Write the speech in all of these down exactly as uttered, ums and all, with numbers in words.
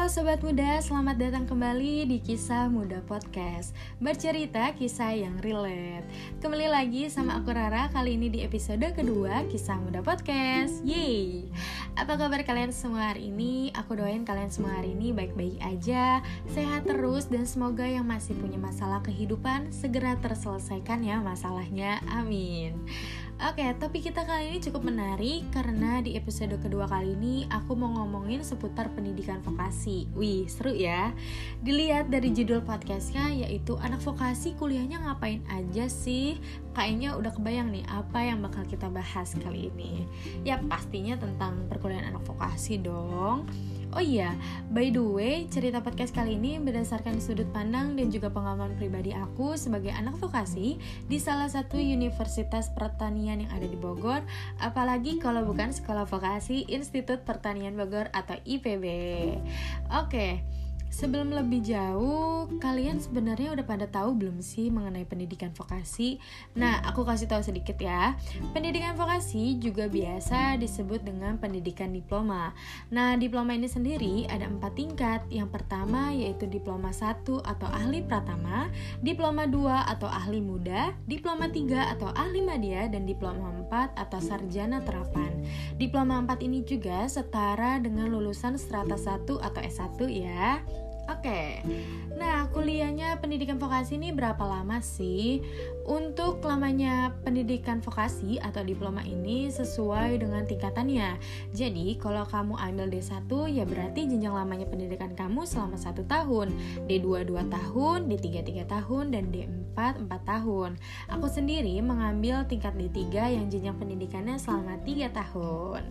Halo Sobat Muda, selamat datang kembali di Kisah Muda Podcast. Bercerita kisah yang relate. Kembali lagi sama aku Rara, kali ini di episode kedua Kisah Muda Podcast. Yeay! Apa kabar kalian semua hari ini? Aku doain kalian semua hari ini baik-baik aja, sehat terus, dan semoga yang masih punya masalah kehidupan segera terselesaikan ya masalahnya, amin. Oke, topik kita kali ini cukup menarik karena di episode kedua kali ini aku mau ngomongin seputar pendidikan vokasi. Wih, seru ya. Dilihat dari judul podcastnya, yaitu anak vokasi kuliahnya ngapain aja sih? Kayaknya udah kebayang nih apa yang bakal kita bahas kali ini. Ya pastinya tentang perkuliahan anak vokasi dong. Oh iya, by the way, cerita podcast kali ini berdasarkan sudut pandang dan juga pengalaman pribadi aku sebagai anak vokasi di salah satu universitas pertanian yang ada di Bogor, apalagi kalau bukan Sekolah Vokasi Institut Pertanian Bogor atau I P B. Oke, sebelum lebih jauh, kalian sebenarnya udah pada tahu belum sih mengenai pendidikan vokasi? Nah, aku kasih tahu sedikit ya. Pendidikan vokasi juga biasa disebut dengan pendidikan diploma. Nah, diploma ini sendiri ada empat tingkat. Yang pertama yaitu diploma satu atau ahli pratama, diploma dua atau ahli muda, diploma tiga atau ahli madya, dan diploma empat atau sarjana terapan. Diploma empat ini juga setara dengan lulusan strata satu atau S satu ya. Oke, nah kuliahnya pendidikan vokasi ini berapa lama sih? Untuk lamanya pendidikan vokasi atau diploma ini sesuai dengan tingkatannya. Jadi kalau kamu ambil D satu ya berarti jenjang lamanya pendidikan kamu selama satu tahun, D dua dua tahun, D tiga tiga tahun, dan D empat empat tahun. Aku sendiri mengambil tingkat D tiga yang jenjang pendidikannya selama tiga tahun.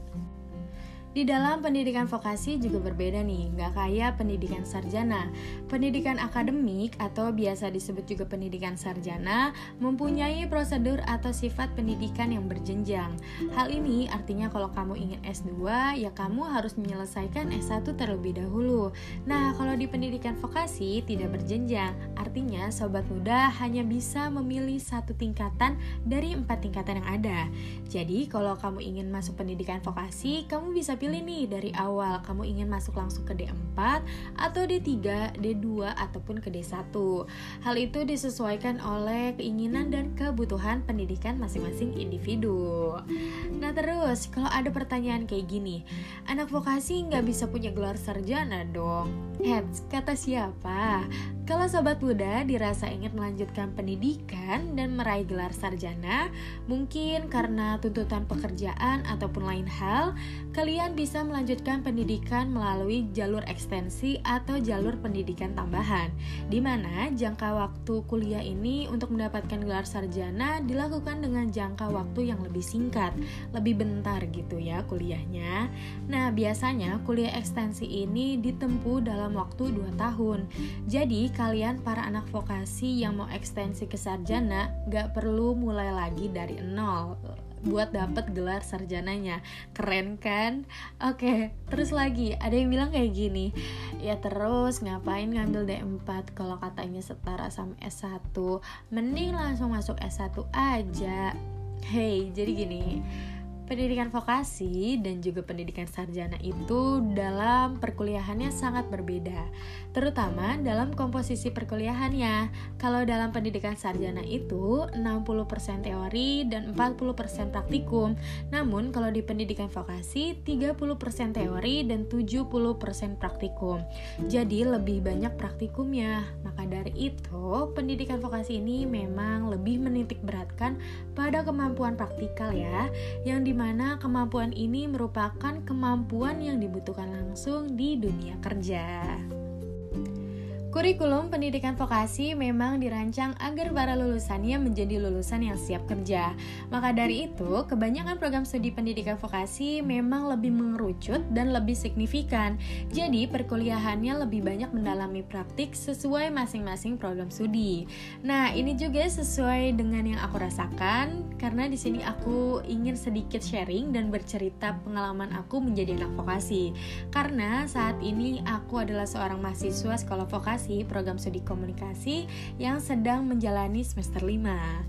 Di dalam pendidikan vokasi juga berbeda nih, nggak kayak pendidikan sarjana. Pendidikan akademik atau biasa disebut juga pendidikan sarjana mempunyai prosedur atau sifat pendidikan yang berjenjang. Hal ini artinya kalau kamu ingin S dua, ya kamu harus menyelesaikan S satu terlebih dahulu. Nah, kalau di pendidikan vokasi tidak berjenjang, artinya sobat muda hanya bisa memilih satu tingkatan dari empat tingkatan yang ada. Jadi, kalau kamu ingin masuk pendidikan vokasi, kamu bisa pilih nih dari awal kamu ingin masuk langsung ke D empat atau D tiga, D dua ataupun ke D satu. Hal itu disesuaikan oleh keinginan dan kebutuhan pendidikan masing-masing individu. Nah terus, kalau ada pertanyaan kayak gini, anak vokasi nggak bisa punya gelar sarjana dong? Heads, kata siapa? Kalau sobat muda dirasa ingin melanjutkan pendidikan dan meraih gelar sarjana, mungkin karena tuntutan pekerjaan ataupun lain hal, kalian bisa melanjutkan pendidikan melalui jalur ekstensi atau jalur pendidikan tambahan, di mana jangka waktu kuliah ini untuk mendapatkan gelar sarjana dilakukan dengan jangka waktu yang lebih singkat, lebih bentar gitu ya kuliahnya. Nah, biasanya kuliah ekstensi ini ditempuh dalam waktu dua tahun. Jadi, kalian para anak vokasi yang mau ekstensi ke sarjana gak perlu mulai lagi dari nol buat dapet gelar sarjananya. Keren kan? Oke, terus lagi ada yang bilang kayak gini, ya terus ngapain ngambil D empat kalau katanya setara sama S satu, mending langsung masuk S satu aja. Hey, jadi gini, pendidikan vokasi dan juga pendidikan sarjana itu dalam perkuliahannya sangat berbeda, terutama dalam komposisi perkuliahannya. Kalau dalam pendidikan sarjana itu enam puluh persen teori dan empat puluh persen praktikum. Namun kalau di pendidikan vokasi tiga puluh persen teori dan tujuh puluh persen praktikum. Jadi lebih banyak praktikumnya. Maka dari itu, pendidikan vokasi ini memang lebih menitik beratkan pada kemampuan praktikal ya, yang di mana kemampuan ini merupakan kemampuan yang dibutuhkan langsung di dunia kerja. Kurikulum pendidikan vokasi memang dirancang agar para lulusannya menjadi lulusan yang siap kerja. Maka dari itu, kebanyakan program studi pendidikan vokasi memang lebih mengerucut dan lebih signifikan. Jadi, perkuliahannya lebih banyak mendalami praktik sesuai masing-masing program studi. Nah, ini juga sesuai dengan yang aku rasakan karena di sini aku ingin sedikit sharing dan bercerita pengalaman aku menjadi anak vokasi. Karena saat ini aku adalah seorang mahasiswa sekolah vokasi program studi komunikasi yang sedang menjalani semester lima.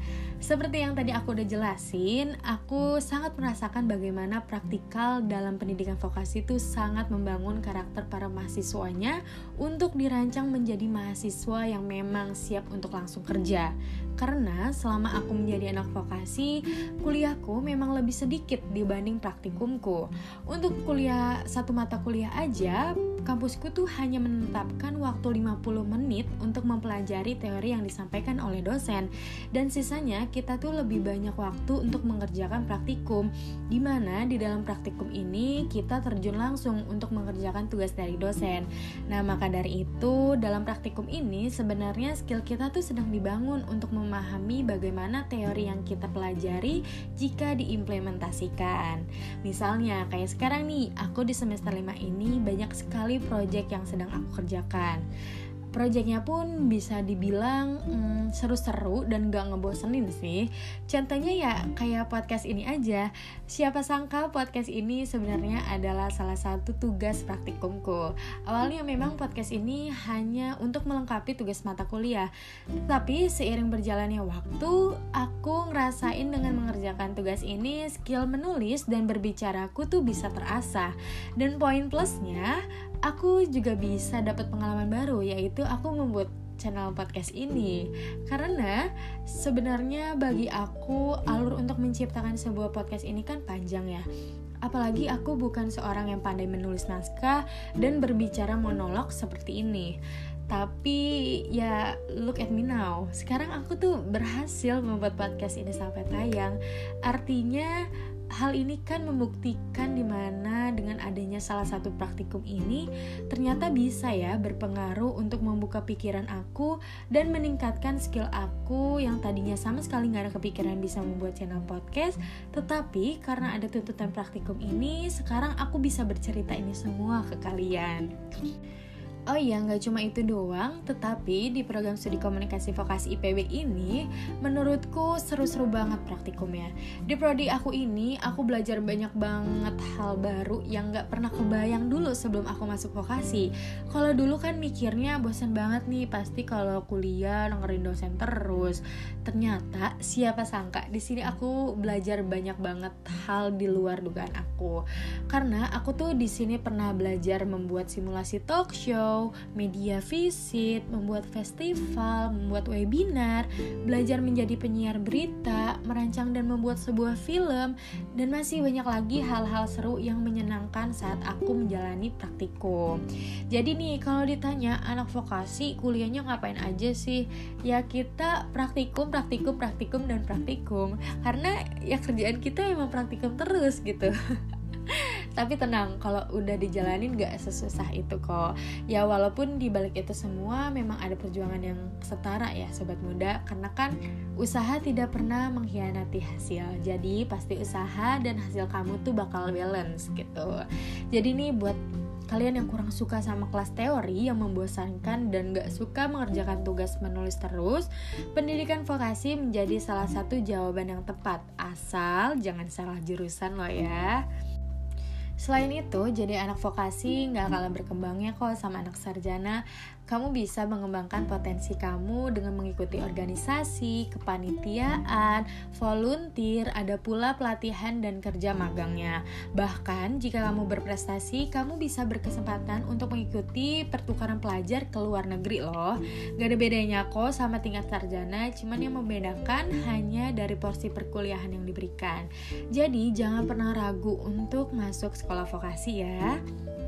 Seperti yang tadi aku udah jelasin, aku sangat merasakan bagaimana praktikal dalam pendidikan vokasi itu sangat membangun karakter para mahasiswanya untuk dirancang menjadi mahasiswa yang memang siap untuk langsung kerja. Karena selama aku menjadi anak vokasi, kuliahku memang lebih sedikit dibanding praktikumku. Untuk kuliah satu mata kuliah aja, kampusku tuh hanya menetapkan waktu lima puluh menit untuk mempelajari teori yang disampaikan oleh dosen, dan sisanya kita tuh lebih banyak waktu untuk mengerjakan praktikum, di mana di dalam praktikum ini kita terjun langsung untuk mengerjakan tugas dari dosen. Nah, maka dari itu dalam praktikum ini sebenarnya skill kita tuh sedang dibangun untuk memahami bagaimana teori yang kita pelajari jika diimplementasikan. Misalnya kayak sekarang nih, aku di semester lima ini banyak sekali proyek yang sedang aku kerjakan. Proyeknya pun bisa dibilang hmm, seru-seru dan gak ngebosenin sih. Contohnya ya kayak podcast ini aja. Siapa sangka podcast ini sebenarnya adalah salah satu tugas praktikumku. Awalnya memang podcast ini hanya untuk melengkapi tugas mata kuliah, tapi seiring berjalannya waktu, aku ngerasain dengan mengerjakan tugas ini skill menulis dan berbicaraku tuh bisa terasah. Dan poin plusnya, aku juga bisa dapat pengalaman baru, yaitu aku membuat channel podcast ini. Karena sebenarnya bagi aku alur untuk menciptakan sebuah podcast ini kan panjang ya. Apalagi aku bukan seorang yang pandai menulis naskah dan berbicara monolog seperti ini. Tapi ya look at me now. Sekarang aku tuh berhasil membuat podcast ini sampai tayang. Artinya hal ini kan membuktikan dimana dengan adanya salah satu praktikum ini ternyata bisa ya berpengaruh untuk membuka pikiran aku dan meningkatkan skill aku yang tadinya sama sekali gak ada kepikiran bisa membuat channel podcast, tetapi karena ada tuntutan praktikum ini, sekarang aku bisa bercerita ini semua ke kalian. Oh iya, gak cuma itu doang, tetapi di program studi komunikasi vokasi I P B ini menurutku seru-seru banget praktikumnya. Di prodi aku ini, aku belajar banyak banget hal baru yang gak pernah kebayang dulu sebelum aku masuk vokasi. Kalau dulu kan mikirnya bosan banget nih, pasti kalau kuliah dengerin dosen terus. Ternyata siapa sangka di sini aku belajar banyak banget hal di luar dugaan aku. Karena aku tuh di sini pernah belajar membuat simulasi talk show, media visit, membuat festival, membuat webinar, belajar menjadi penyiar berita, merancang dan membuat sebuah film, dan masih banyak lagi hal-hal seru yang menyenangkan saat aku menjalani praktikum. Jadi nih, kalau ditanya anak vokasi kuliahnya ngapain aja sih? Ya kita praktikum, praktikum, praktikum, dan praktikum. Karena ya kerjaan kita emang praktikum terus gitu. Tapi tenang, kalau udah dijalanin gak sesusah itu kok. Ya walaupun dibalik itu semua memang ada perjuangan yang setara ya sobat muda. Karena kan usaha tidak pernah mengkhianati hasil. Jadi pasti usaha dan hasil kamu tuh bakal balance gitu. Jadi nih buat kalian yang kurang suka sama kelas teori yang membosankan dan gak suka mengerjakan tugas menulis terus, pendidikan vokasi menjadi salah satu jawaban yang tepat. Asal jangan salah jurusan loh ya. Selain itu, jadi anak vokasi gak kalah berkembangnya kok sama anak sarjana. Kamu bisa mengembangkan potensi kamu dengan mengikuti organisasi, kepanitiaan, volunteer, ada pula pelatihan dan kerja magangnya. Bahkan jika kamu berprestasi, kamu bisa berkesempatan untuk mengikuti pertukaran pelajar ke luar negeri loh. Gak ada bedanya kok sama tingkat sarjana, cuman yang membedakan hanya dari porsi perkuliahan yang diberikan. Jadi jangan pernah ragu untuk masuk sekolah vokasi ya.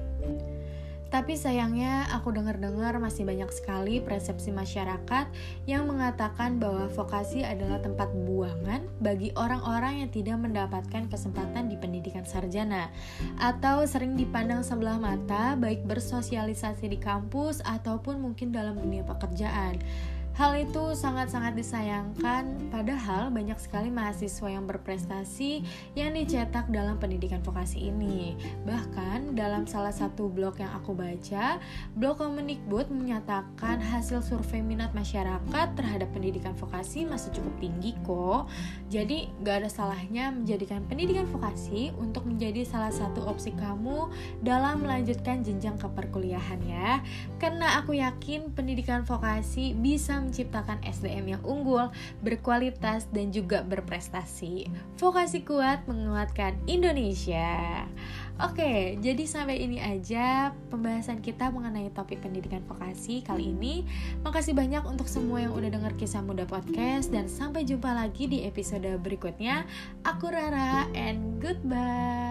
Tapi sayangnya aku dengar-dengar masih banyak sekali persepsi masyarakat yang mengatakan bahwa vokasi adalah tempat buangan bagi orang-orang yang tidak mendapatkan kesempatan di pendidikan sarjana, atau sering dipandang sebelah mata baik bersosialisasi di kampus ataupun mungkin dalam dunia pekerjaan. Hal itu sangat-sangat disayangkan, padahal banyak sekali mahasiswa yang berprestasi yang dicetak dalam pendidikan vokasi ini. Bahkan dalam salah satu blog yang aku baca, blog Kemendikbud menyatakan hasil survei minat masyarakat terhadap pendidikan vokasi masih cukup tinggi kok. Jadi gak ada salahnya menjadikan pendidikan vokasi untuk menjadi salah satu opsi kamu dalam melanjutkan jenjang keperkuliahan ya. Karena aku yakin pendidikan vokasi bisa menciptakan S D M yang unggul, berkualitas, dan juga berprestasi. Vokasi kuat menguatkan Indonesia. Oke, jadi sampai ini aja pembahasan kita mengenai topik pendidikan vokasi kali ini. Makasih banyak untuk semua yang udah denger Kisah Muda Podcast, dan sampai jumpa lagi di episode berikutnya. Aku Rara, and goodbye.